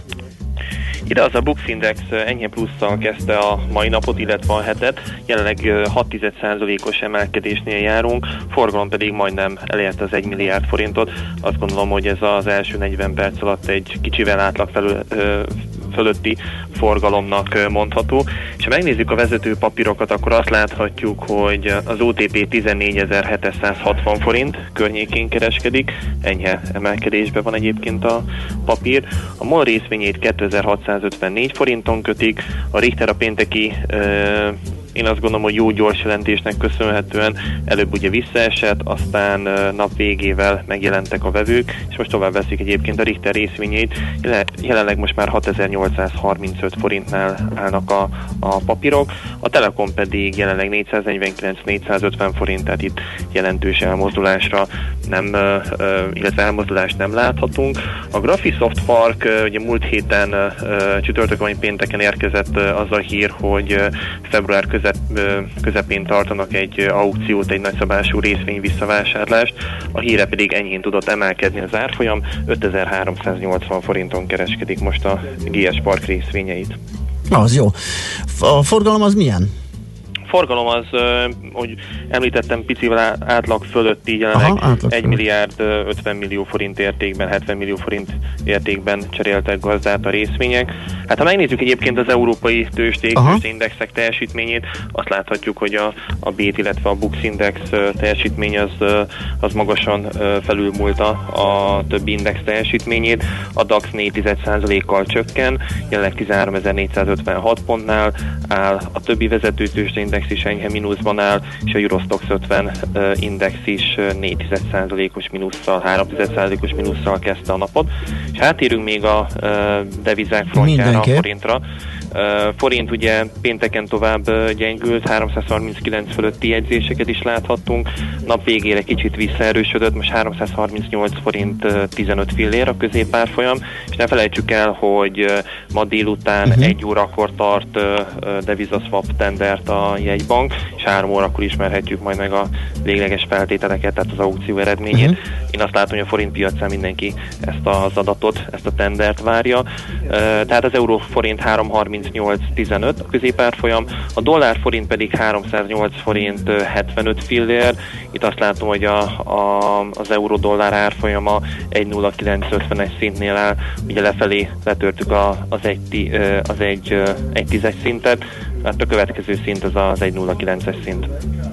Ide az a Bux Index enyhe plusszal kezdte a mai napot, illetve a hetet. Jelenleg hat százalékos emelkedésnél járunk, forgalom pedig majdnem elérte az egy milliárd forintot. Azt gondolom, hogy ez az első negyven perc alatt egy kicsivel átlag felül, fölötti forgalomnak mondható. És ha megnézzük a vezető papírokat, akkor azt láthatjuk, hogy az o té pé tizennégyezer-hétszázhatvan forint környékén kereskedik, enyhe emelkedésben van egyébként a papír. A MOL részvényét kétezer-hatszázötvennégy forinton kötik, a Richter a pénteki ö, én azt gondolom, hogy jó gyors jelentésnek köszönhetően előbb ugye visszaesett, aztán nap végével megjelentek a vevők, és most tovább veszik egyébként a Richter részvényeit. Jelenleg most már hatezer-nyolcszázharmincöt forintnál állnak a, a papírok, a Telekom pedig jelenleg négyszáznegyvenkilenc-négyszázötven forint, tehát itt jelentős elmozdulásra nem, illetve elmozdulást nem láthatunk. A Graphisoft Park ugye múlt héten csütörtökön vagy pénteken érkezett az a hír, hogy február között közepén tartanak egy aukciót, egy nagyszabású részvény visszavásárlást, a híre pedig enyhén tudott emelkedni az árfolyam, ötezer-háromszáznyolcvan forinton kereskedik most a gé es Park részvényeit. Az jó. A forgalom az milyen? Forgalom az, hogy említettem, picivel átlag fölött, így jelenleg egy milliárd ötven millió forint értékben, hetven millió forint értékben cseréltek gazdát a részvények. Hát ha megnézzük egyébként az európai tőzsdék, tőzsdeindexek teljesítményét, azt láthatjuk, hogy a, a bét, illetve a Bux Index teljesítmény az, az magasan felülmúlta a többi index teljesítményét. A DAX négy százalékkal csökken, jelenleg tizenháromezer-négyszázötvenhat pontnál áll, a többi vezető tőzsdeindex is enyhe mínuszban áll, és a Eurostoxx ötven uh, index is uh, négy százalékos mínusszal, három százalékos mínusszal kezdte a napot. És átérünk még a uh, devizák frontjára, a forintra. Uh, forint ugye pénteken tovább uh, gyengült, háromszázharminckilenc fölötti jegyzéseket is láthattunk, nap végére kicsit visszaerősödött, most háromszázharmincnyolc forint uh, tizenöt fillér a középárfolyam, és ne felejtsük el, hogy uh, ma délután uh-huh. egy órakor tart uh, devizaswap tendert a jegybank, és három órakor ismerhetjük majd meg a végleges feltételeket, tehát az aukció eredményét. Uh-huh. Én azt látom, hogy a forint piacán mindenki ezt az adatot, ezt a tendert várja. Uh, tehát az euró forint háromszázharmincnyolc tizenöt a középárfolyam, a dollár forint pedig háromszáznyolc forint hetvenöt fillér. Itt azt látom, hogy a, a, az euró-dollár árfolyama egy nulla kilenc ötvenes szintnél áll, ugye lefelé letörtük a, az egy, az egy, egy tízes szintet, hát a következő szint az az egy nulla kilences szint.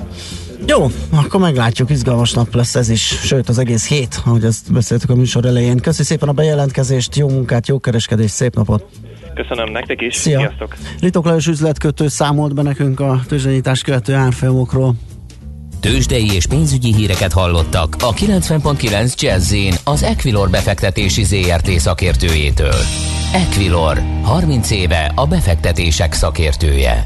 Jó, akkor meglátjuk, izgalmas nap lesz ez is, sőt az egész hét, ahogy ezt beszéltük a műsor elején. Köszi szépen a bejelentkezést, jó munkát, jó kereskedést, szép napot! Köszönöm nektek is, Szia. Sziasztok! Ritók Lajos üzletkötő számolt be nekünk a tőzsdenyítás követő árfolyamokról. Tőzsdei és pénzügyi híreket hallottak a kilencven pont kilenc Jazz-in az Equilor befektetési zé er té szakértőjétől. Equilor, harminc éve a befektetések szakértője.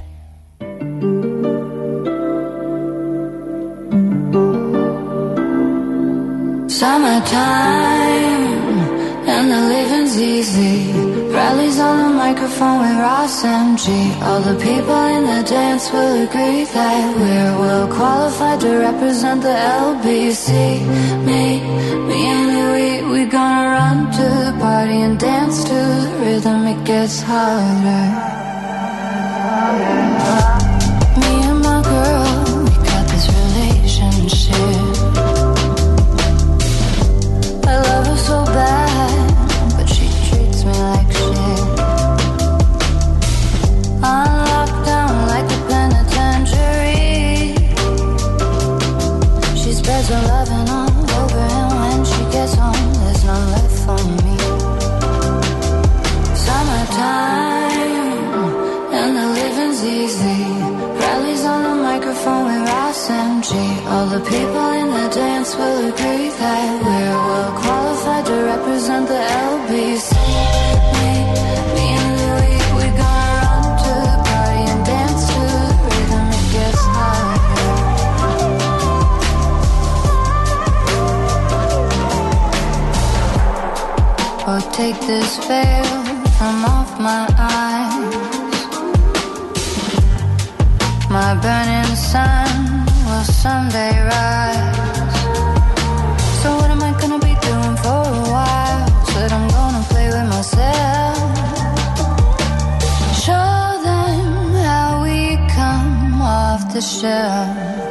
Summertime and the living's easy. Rallies on the microphone with Ross M G. All the people in the dance will agree that we're well qualified to represent the L B C. Me, me and Louis, we gonna run to the party and dance to the rhythm. It gets harder. Me and my girl, we got this relationship. I love her so bad, but she treats me like shit. I'm locked down like a penitentiary. She spreads her loving all over, and when she gets home, there's none left for me. Summertime, and the living's easy. Rallies on the microphone with Ross M G. All the people in the dance will agree that we're well qualified to represent the L B C. Me, me and Louis, we gonna run to the party and dance to the rhythm. It gets harder. or take this veil from off my eyes. My burning sun will someday rise. So what am I gonna be doing for a while? Said I'm gonna play with myself. Show them how we come off the shelf.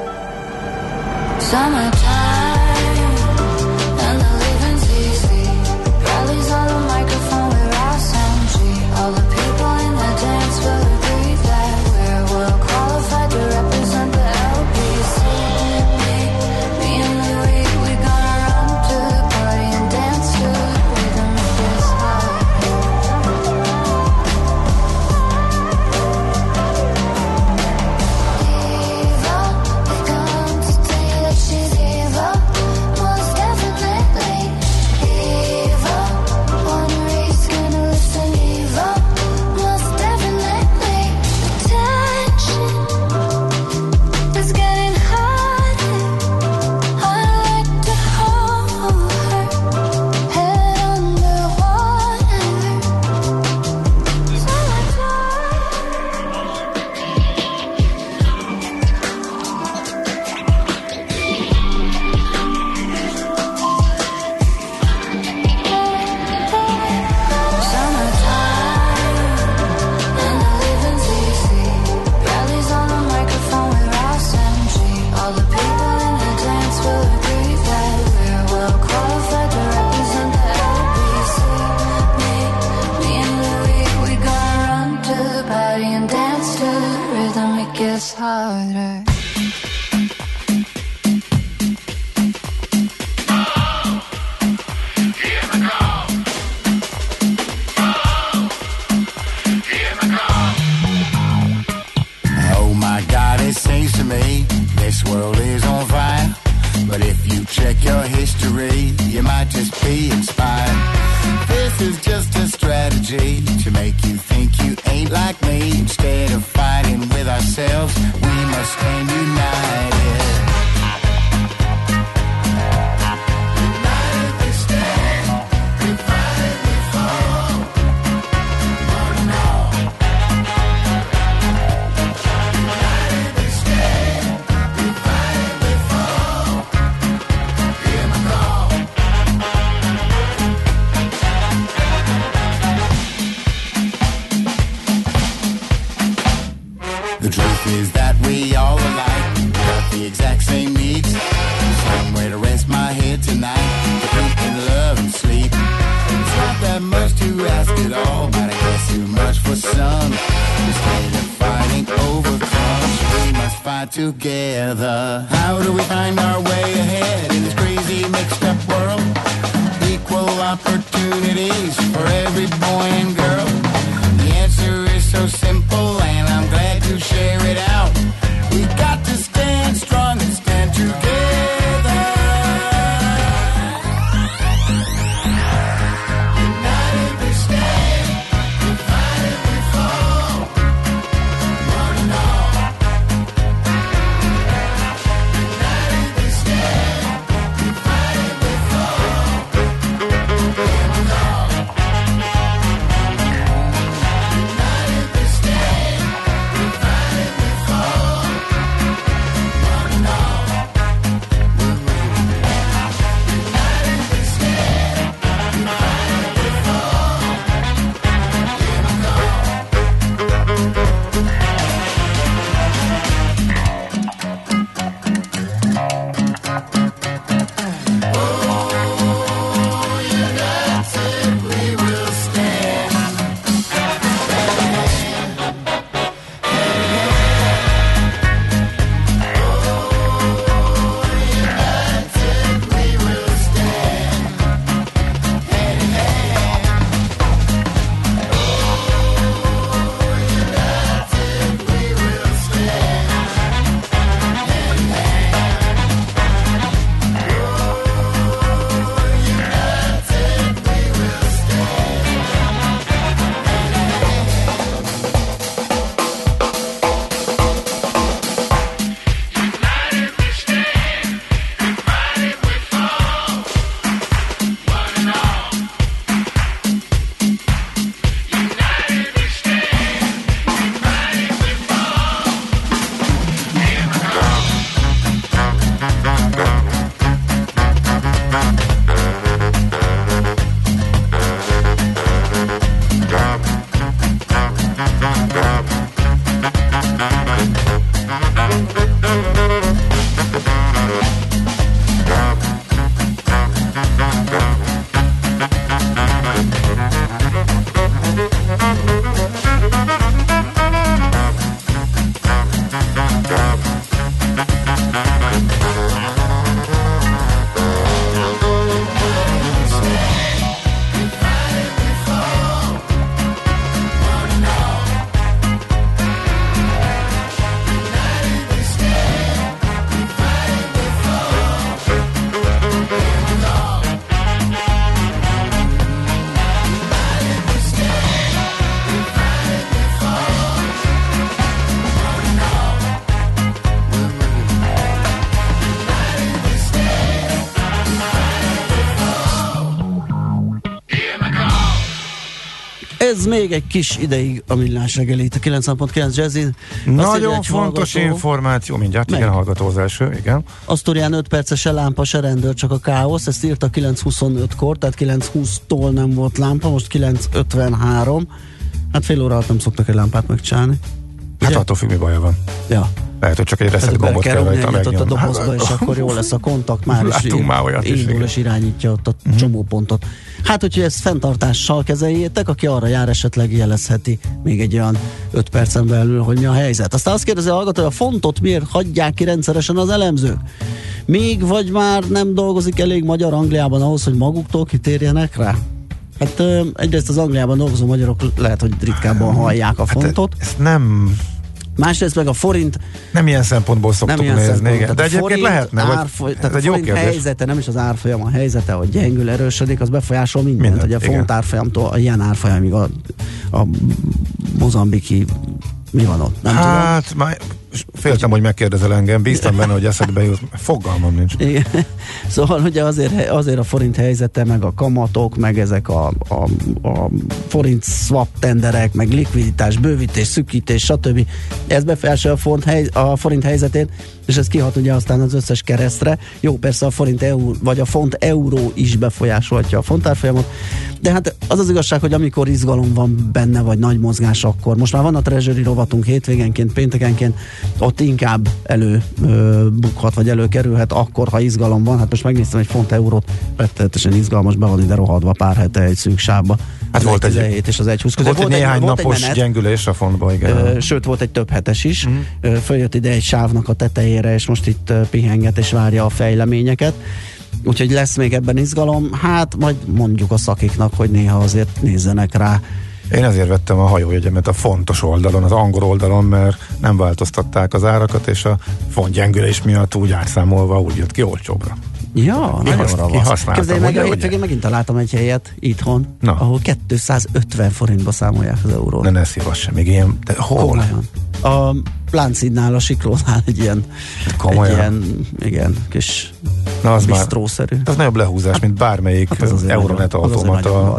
Summertime and the living's easy. Rallies on the microphone with Ross M G. All the people in the dance will agree that we're well qualified to represent the L B C. Me, me and Louis, we gonna run to the party and dance to the rhythm of this heart. Diva, they come to tell you that she's evil, most definitely. Diva, wanna raise, gonna listen, Eva, most definitely. Attention is getting harder. I'd like to hold her head underwater. Summertime and the living's easy. Rallies on the microphone with Ross M G. All the people in the dance will agree that we're well qualified to represent the L B C. Me, me and Louis, we gonna run to the party and dance to the rhythm. It gets harder. Oh my God, it seems to me this world is on fire. But if you check your history, you might just be inspired. This is just a strategy to make you think you ain't like me. Instead of fighting with ourselves, we must stand united. United we stand, divided we fall. One and all. United we stand, divided we fall. Hear my call. The truth is that we all alike, got the exact same needs. Somewhere to rest my head tonight, to eat and love and sleep. It's not that much to ask at all, but I guess too much for some. Instead of fighting over crumbs, we must fight together. How do we find our way ahead in this crazy mixed up world? Equal opportunities for every boy and girl. The answer is so simple, and I'm glad to share it out. We got to stand strong and stand together. United we stand, divided we fall. One and all. United we stand, divided we fall. Hear my call. Ez még egy kis ideig a Millás reggeli, itt a kilencven pont kilenc Jazzin. Nagyon fontos hallgató, információ, mindjárt, meg. Igen, hallgató az első, igen. Asztorián öt perces se lámpa, se rendőr, csak a káosz, ezt írta kilenc huszonötkor, tehát kilenc húsztól nem volt lámpa, most kilenc ötvenhárom. Hát fél óra alatt nem szoktak egy lámpát megcsinálni. Hát ugye? Attól függ, mi baja van. Ja. Lehet, hogy csak egy reset gombot kell rajta megnyomni. A dobozba, és akkor jó lesz a kontakt, már is már indul és irányítja ott a uh-huh. csomópontot. Hát, hogyha ezt fenntartással kezeljétek, aki arra jár, esetleg jelezheti még egy olyan öt percen belül, hogy mi a helyzet. Aztán azt kérdezi a hallgató, hogy a fontot miért hagyják ki rendszeresen az elemzők? Még vagy már nem dolgozik elég magyar Angliában ahhoz, hogy maguktól kitérjenek rá? Hát egyrészt az Angliában dolgozó magyarok lehet, hogy ritkábban hallják a fontot. Hát ezt nem... Másrészt meg a forint... Nem ilyen szempontból szoktuk nem nézni, szempont, igen. De egyébként lehetne. Árfoly, vagy, tehát a forint helyzete, nem is az árfolyam, a helyzete, hogy gyengül, erősödik, az befolyásol mindent. Minden, ugye a font árfolyamtól a ilyen árfolyamig a, a mozambiki mi van ott? Nem hát, tudom. Már féltem, hogy megkérdezel engem, bíztam benne, hogy eszedbe jut. Fogalmam nincs. Igen. Szóval ugye azért, azért a forint helyzete, meg a kamatok, meg ezek a, a, a forint swap tenderek, meg likviditás, bővítés, szűkítés, stb. Ez befolyásolja a, font hely, a forint helyzetét, és ez kihat ugye aztán az összes keresztre. Jó, persze a forint euró, vagy a font euró is befolyásolhatja a fontárfolyamot, de hát az az igazság, hogy amikor izgalom van benne, vagy nagy mozgás, akkor most már van a Treasury rovatunk hétvégenként, péntekenként, ott inkább előbukhat, vagy előkerülhet akkor, ha izgalom van. Hát most megnéztem egy font eurót, rettenetesen izgalmas, be van ide rohadva pár hete egy szűk sávba. Hát az volt egy, és az egy húsz között. Volt egy néhány volt napos egy gyengülés a fontba, igen. Sőt, volt egy több hetes is. Mm. Följött ide egy sávnak a tetejére, és most itt pihenget és várja a fejleményeket. Úgyhogy lesz még ebben izgalom. Hát majd mondjuk a szakiknak, hogy néha azért nézzenek rá. Én ezért vettem a hajójegyemet a fontos oldalon, az angol oldalon, mert nem változtatták az árakat, és a font gyengülés miatt úgy átszámolva úgy jött ki olcsóbbra. Ja, nagyon ravasz. Képzelj meg, a hétvégén megint találtam egy helyet itthon, na, ahol kétszázötven forintba számolják az eurót. Ne ne szívass sem, még ilyen, de hol? Komolyan. A Lánchídnál, a Siklónál egy ilyen, egy ilyen, igen, kis bistrószerű. Az nagyobb lehúzás, mint bármelyik hát Euronet automata.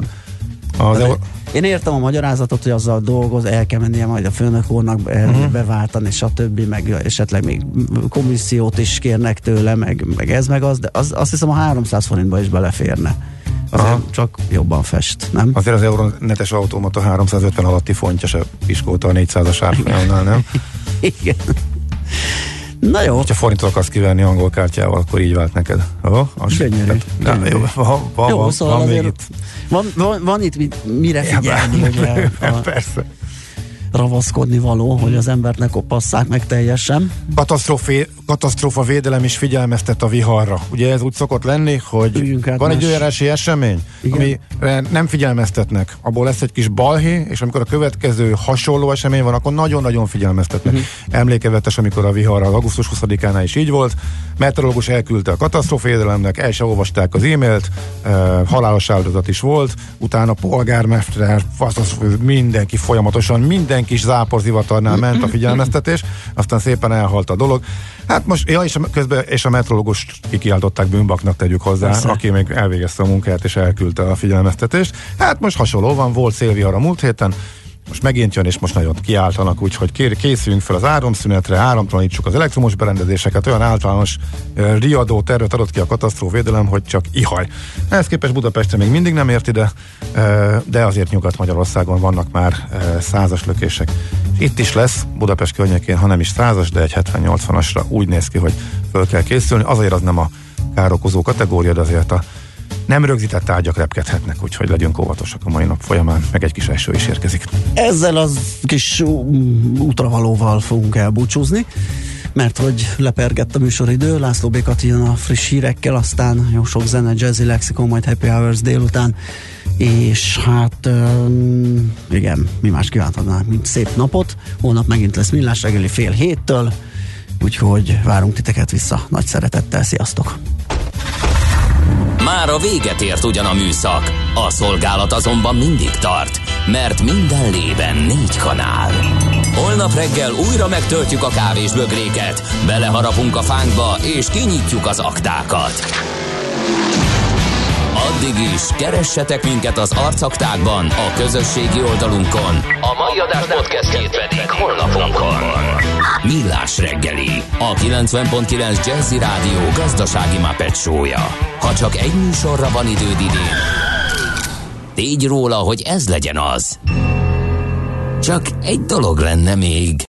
Az euro... Én értem a magyarázatot, hogy azzal dolgoz, el kell mennie majd a főnök úrnak uh-huh. beváltani, stb., meg esetleg még komissziót is kérnek tőle, meg, meg ez, meg az, de az, azt hiszem a háromszáz forintba is beleférne. Azért aha, csak jobban fest, nem? Azért az Euronetes automata háromszázötven alatti fontja se piskóta a négyszázas árfolyamnál, nem? Igen. Na jó. Ha forintot akarsz kivenni angol kártyával, akkor így vált neked. Oh, gyönyörű. Hát, jó, van, van, jó, van, szóval van, azért itt. Van, van, van itt mire figyelni, ja, ugye? A... Persze. ravaszkodni való, hogy az embert ne kopasszák meg teljesen. Katasztrófé, katasztrófa védelem is figyelmeztet a viharra. Ugye ez úgy szokott lenni, hogy van egy óriási esemény, igen, amire nem figyelmeztetnek. Abból lesz egy kis balhé, és amikor a következő hasonló esemény van, akkor nagyon-nagyon figyelmeztetnek. Uh-huh. Emlékevetes, amikor a viharra augusztus huszadikánál is így volt. Meteorológus elküldte a katasztrófavédelemnek, el se olvasták az e-mailt, uh, halálos áldozat is volt, utána polgármester, mindenki folyamatosan, minden kis záporzivatarnál ment a figyelmeztetés, aztán szépen elhalt a dolog. Hát most, ja, és a, közben, és a meteorológust kikiáltották bűnbaknak, tegyük hozzá, persze, aki még elvégezte a munkáját és elküldte a figyelmeztetést. Hát most hasonló van, volt szélvihar a múlt héten, most megint jön, és most nagyon kiáltanak, úgyhogy készüljünk fel az áramszünetre, áramtalanítsuk az elektromos berendezéseket, olyan általános uh, riadó tervet adott ki a katasztrófavédelem, hogy csak ihaj. Ehhez képest Budapesten még mindig nem ért ide, uh, de azért Nyugat-Magyarországon vannak már uh, százas lökések. Itt is lesz, Budapest környékén, ha nem is százas, de egy hetven-nyolcvanasra úgy néz ki, hogy föl kell készülni. Azért az nem a károkozó kategória, de azért a nem rögzített ágyak repkedhetnek, úgyhogy legyünk óvatosak a mai nap folyamán, meg egy kis eső is érkezik. Ezzel az kis útravalóval fogunk elbúcsúzni, mert hogy lepergett a műsoridő, László B. Kati jön a friss hírekkel, aztán jó sok zene, Jazzy Lexicon, majd Happy Hours délután, és hát um, igen, mi más kívánhatnánk, mint szép napot, holnap megint lesz Millás reggeli fél héttől, úgyhogy várunk titeket vissza nagy szeretettel, sziasztok! Már a véget ért ugyan a műszak, a szolgálat azonban mindig tart, mert minden lében négy kanál. Holnap reggel újra megtöltjük a kávésbögréket, beleharapunk a fánkba és kinyitjuk az aktákat. Addig is, keressetek minket az arcaktákban, a közösségi oldalunkon. A mai adás podcastjét pedig honlapunkon. Millás reggeli, a kilencven pont kilenc Jazzy Rádió gazdasági Muppet show-ja. Ha csak egy műsorra van időd idén, tégy róla, hogy ez legyen az. Csak egy dolog lenne még.